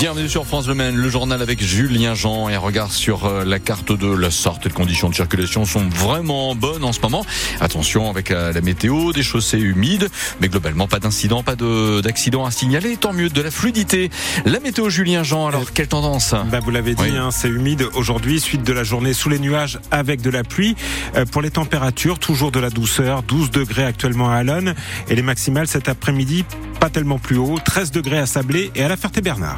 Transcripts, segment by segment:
Bienvenue sur France Bleu Maine, le journal avec Julien Jean et un regard sur la carte de la Sarthe. Les conditions de circulation sont vraiment bonnes en ce moment. Attention avec la météo, des chaussées humides, mais globalement pas d'incident, pas d'accident à signaler. Tant mieux, de la fluidité. La météo, Julien Jean, alors quelle tendance ? Vous l'avez dit, c'est humide aujourd'hui, suite de la journée sous les nuages avec de la pluie. Pour les températures, toujours de la douceur, 12 degrés actuellement à Allonne et les maximales cet après-midi, pas tellement plus haut, 13 degrés à Sablé et à la Ferté-Bernard.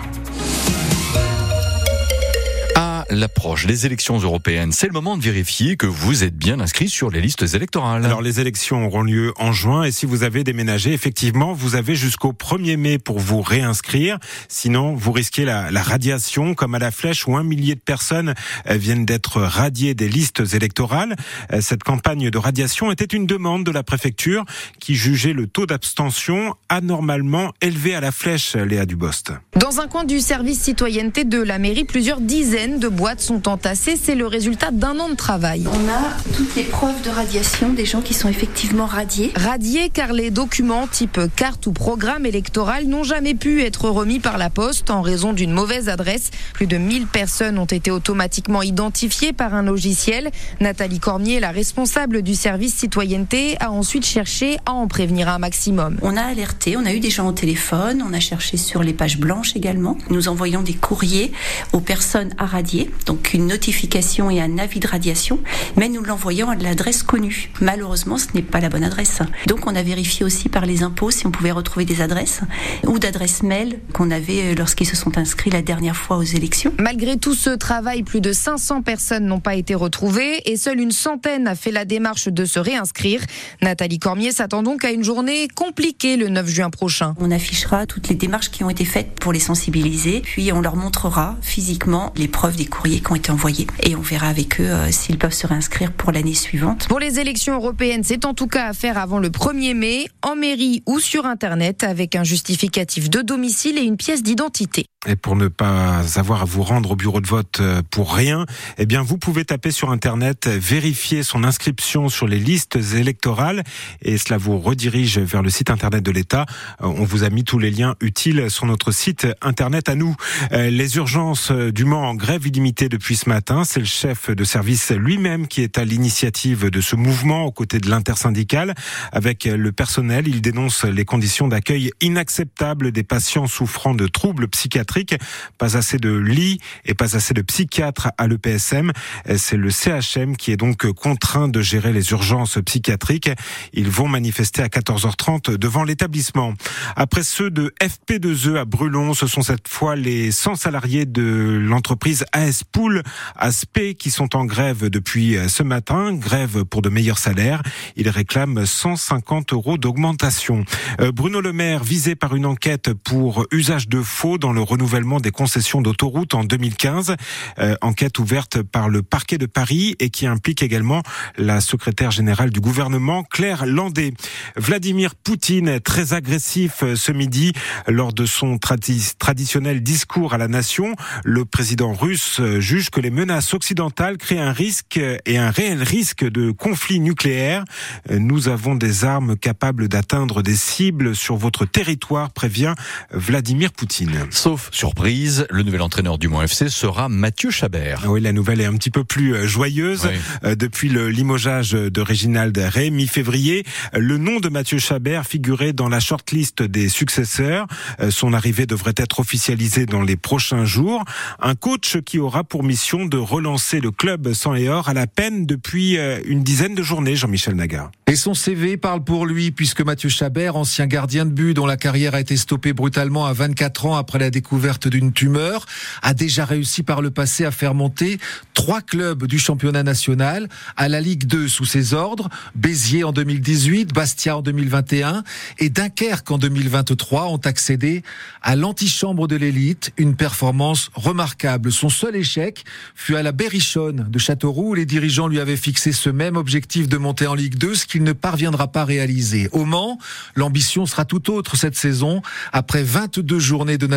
L'approche des élections européennes, c'est le moment de vérifier que vous êtes bien inscrit sur les listes électorales. Alors les élections auront lieu en juin et si vous avez déménagé, effectivement, vous avez jusqu'au 1er mai pour vous réinscrire. Sinon, vous risquez la radiation, comme à la Flèche où 1 millier de personnes viennent d'être radiées des listes électorales. Cette campagne de radiation était une demande de la préfecture qui jugeait le taux d'abstention anormalement élevé à la Flèche, Léa Dubost. Dans un coin du service citoyenneté de la mairie, plusieurs dizaines de boîtes sont entassées. C'est le résultat d'un an de travail. On a toutes les preuves de radiation des gens qui sont effectivement radiés. Radiés car les documents type carte ou programme électoral n'ont jamais pu être remis par la poste en raison d'une mauvaise adresse. Plus de 1000 personnes ont été automatiquement identifiées par un logiciel. Nathalie Cormier, la responsable du service citoyenneté, a ensuite cherché à en prévenir un maximum. On a alerté, on a eu des gens au téléphone, on a cherché sur les pages blanches également. Nous envoyons des courriers aux personnes à radier, donc une notification et un avis de radiation, mais nous l'envoyons à de l'adresse connue. Malheureusement, ce n'est pas la bonne adresse. Donc on a vérifié aussi par les impôts si on pouvait retrouver des adresses ou d'adresses mail qu'on avait lorsqu'ils se sont inscrits la dernière fois aux élections. Malgré tout ce travail, plus de 500 personnes n'ont pas été retrouvées et seule une centaine a fait la démarche de se réinscrire. Nathalie Cormier s'attend donc à une journée compliquée le 9 juin prochain. On affichera toutes les démarches qui ont été faites pour les sensibiliser, puis on leur montrera physiquement les preuves des courriers qui ont été envoyés et on verra avec eux s'ils peuvent se réinscrire pour l'année suivante. Pour les élections européennes, c'est en tout cas à faire avant le 1er mai, en mairie ou sur Internet, avec un justificatif de domicile et une pièce d'identité. Et pour ne pas avoir à vous rendre au bureau de vote pour rien, eh bien vous pouvez taper sur Internet, vérifier son inscription sur les listes électorales et cela vous redirige vers le site Internet de l'État. On vous a mis tous les liens utiles sur notre site Internet à nous. Les urgences du Mans en grève illimitée depuis ce matin. C'est le chef de service lui-même qui est à l'initiative de ce mouvement aux côtés de l'intersyndicale. Avec le personnel, il dénonce les conditions d'accueil inacceptables des patients souffrant de troubles psychiatriques. Pas assez de lits et pas assez de psychiatres à l'EPSM. C'est le CHM qui est donc contraint de gérer les urgences psychiatriques. Ils vont manifester à 14h30 devant l'établissement. Après ceux de FP2E à Brulon, ce sont cette fois les 100 salariés de l'entreprise AS Pool à Spey qui sont en grève depuis ce matin. Grève pour de meilleurs salaires. Ils réclament 150 € d'augmentation. Bruno Le Maire visé par une enquête pour usage de faux dans le renouvellement des concessions d'autoroute en 2015. Enquête ouverte par le parquet de Paris et qui implique également la secrétaire générale du gouvernement, Claire Landais. Vladimir Poutine, très agressif ce midi lors de son traditionnel discours à la nation. Le président russe juge que les menaces occidentales créent un risque et un réel risque de conflit nucléaire. Nous avons des armes capables d'atteindre des cibles sur votre territoire, prévient Vladimir Poutine. Sauf surprise, le nouvel entraîneur du Mans FC sera Mathieu Chabert. Oui, la nouvelle est un petit peu plus joyeuse. Oui. Depuis le limogeage de Réginald Rey, mi-février, le nom de Mathieu Chabert figurait dans la shortlist des successeurs. Son arrivée devrait être officialisée dans les prochains jours. Un coach qui aura pour mission de relancer le club sang et or à la peine depuis une dizaine de journées, Jean-Michel Nagar. Et son CV parle pour lui, puisque Mathieu Chabert, ancien gardien de but dont la carrière a été stoppée brutalement à 24 ans après la découverte d'une tumeur, a déjà réussi par le passé à faire monter 3 clubs du championnat national à la Ligue 2 sous ses ordres, Béziers en 2018, Bastia en 2021 et Dunkerque en 2023 ont accédé à l'antichambre de l'élite, une performance remarquable. Son seul échec fut à la Berrichonne de Châteauroux où les dirigeants lui avaient fixé ce même objectif de monter en Ligue 2, ce qu'il ne parviendra pas à réaliser. Au Mans, l'ambition sera tout autre cette saison. Après 22 journées de national,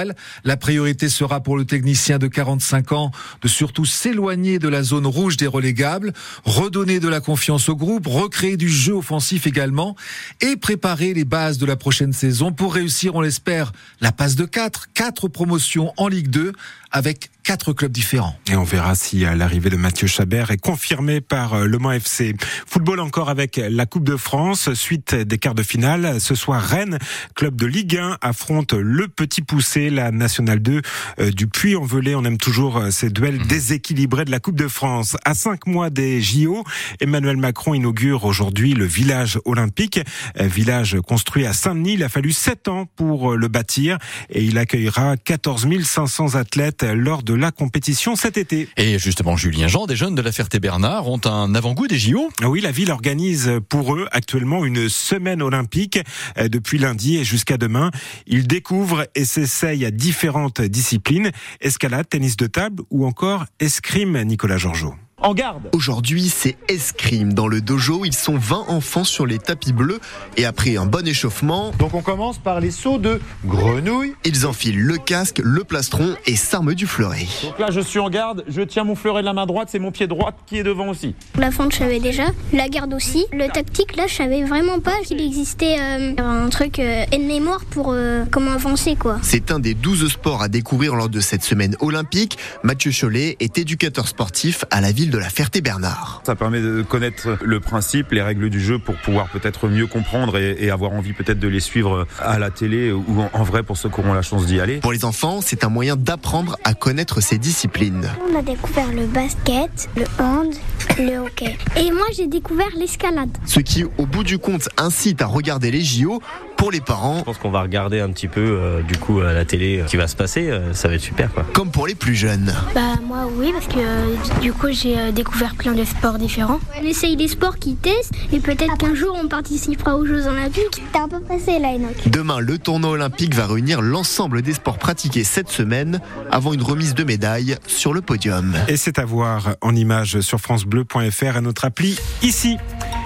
finale. La priorité sera pour le technicien de 45 ans de surtout s'éloigner de la zone rouge des relégables, redonner de la confiance au groupe, recréer du jeu offensif également et préparer les bases de la prochaine saison pour réussir, on l'espère, la passe de 4 promotions en Ligue 2 avec 4 clubs différents. Et on verra si l'arrivée de Mathieu Chabert est confirmée par Le Mans FC. Football encore avec la Coupe de France, suite des quarts de finale. Ce soir, Rennes, club de Ligue 1, affronte le Petit Poucet, la Nationale 2 du Puy-en-Velay. On aime toujours ces duels déséquilibrés de la Coupe de France. À 5 mois des JO, Emmanuel Macron inaugure aujourd'hui le village olympique. Village construit à Saint-Denis. Il a fallu 7 ans pour le bâtir et il accueillera 14 500 athlètes lors de la compétition cet été. Et justement, Julien Jean, des jeunes de la Ferté-Bernard ont un avant-goût des JO. Oui, la ville organise pour eux actuellement une semaine olympique depuis lundi et jusqu'à demain. Ils découvrent et s'essayent à différentes disciplines, escalade, tennis de table ou encore escrime, Nicolas Georgeot. En garde. Aujourd'hui, c'est escrime. Dans le dojo, ils sont 20 enfants sur les tapis bleus. Et après un bon échauffement... Donc on commence par les sauts de grenouille. Ils enfilent le casque, le plastron et s'arment du fleuret. Donc là, je suis en garde. Je tiens mon fleuret de la main droite. C'est mon pied droit qui est devant aussi. La fente, je savais déjà. La garde aussi. Le tactique, là, je savais vraiment pas qu'il existait un truc mémoire pour comment avancer, quoi. C'est un des 12 sports à découvrir lors de cette semaine olympique. Mathieu Chollet est éducateur sportif à la ville de la Ferté-Bernard. Ça permet de connaître le principe, les règles du jeu pour pouvoir peut-être mieux comprendre et avoir envie peut-être de les suivre à la télé ou en vrai pour ceux qui auront la chance d'y aller. Pour les enfants, c'est un moyen d'apprendre à connaître ces disciplines. On a découvert le basket, le hand, le hockey. Et moi, j'ai découvert l'escalade. Ce qui, au bout du compte, incite à regarder les JO. Pour les parents, je pense qu'on va regarder un petit peu du coup à la télé ce qui va se passer, ça va être super quoi. Comme pour les plus jeunes. Moi oui, parce que du coup j'ai découvert plein de sports différents. On essaye des sports qui testent et peut-être qu'un jour on participera aux Jeux Olympiques. T'es un peu pressé là, Enoch. Demain, le tournoi olympique va réunir l'ensemble des sports pratiqués cette semaine avant une remise de médailles sur le podium. Et c'est à voir en images sur francebleu.fr et notre appli ici.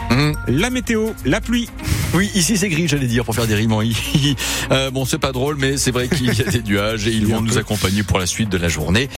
La météo, la pluie. Oui, ici c'est gris, j'allais dire, pour faire des rimes en i. Bon, c'est pas drôle, mais c'est vrai qu'il y a des nuages et ils vont nous accompagner pour la suite de la journée.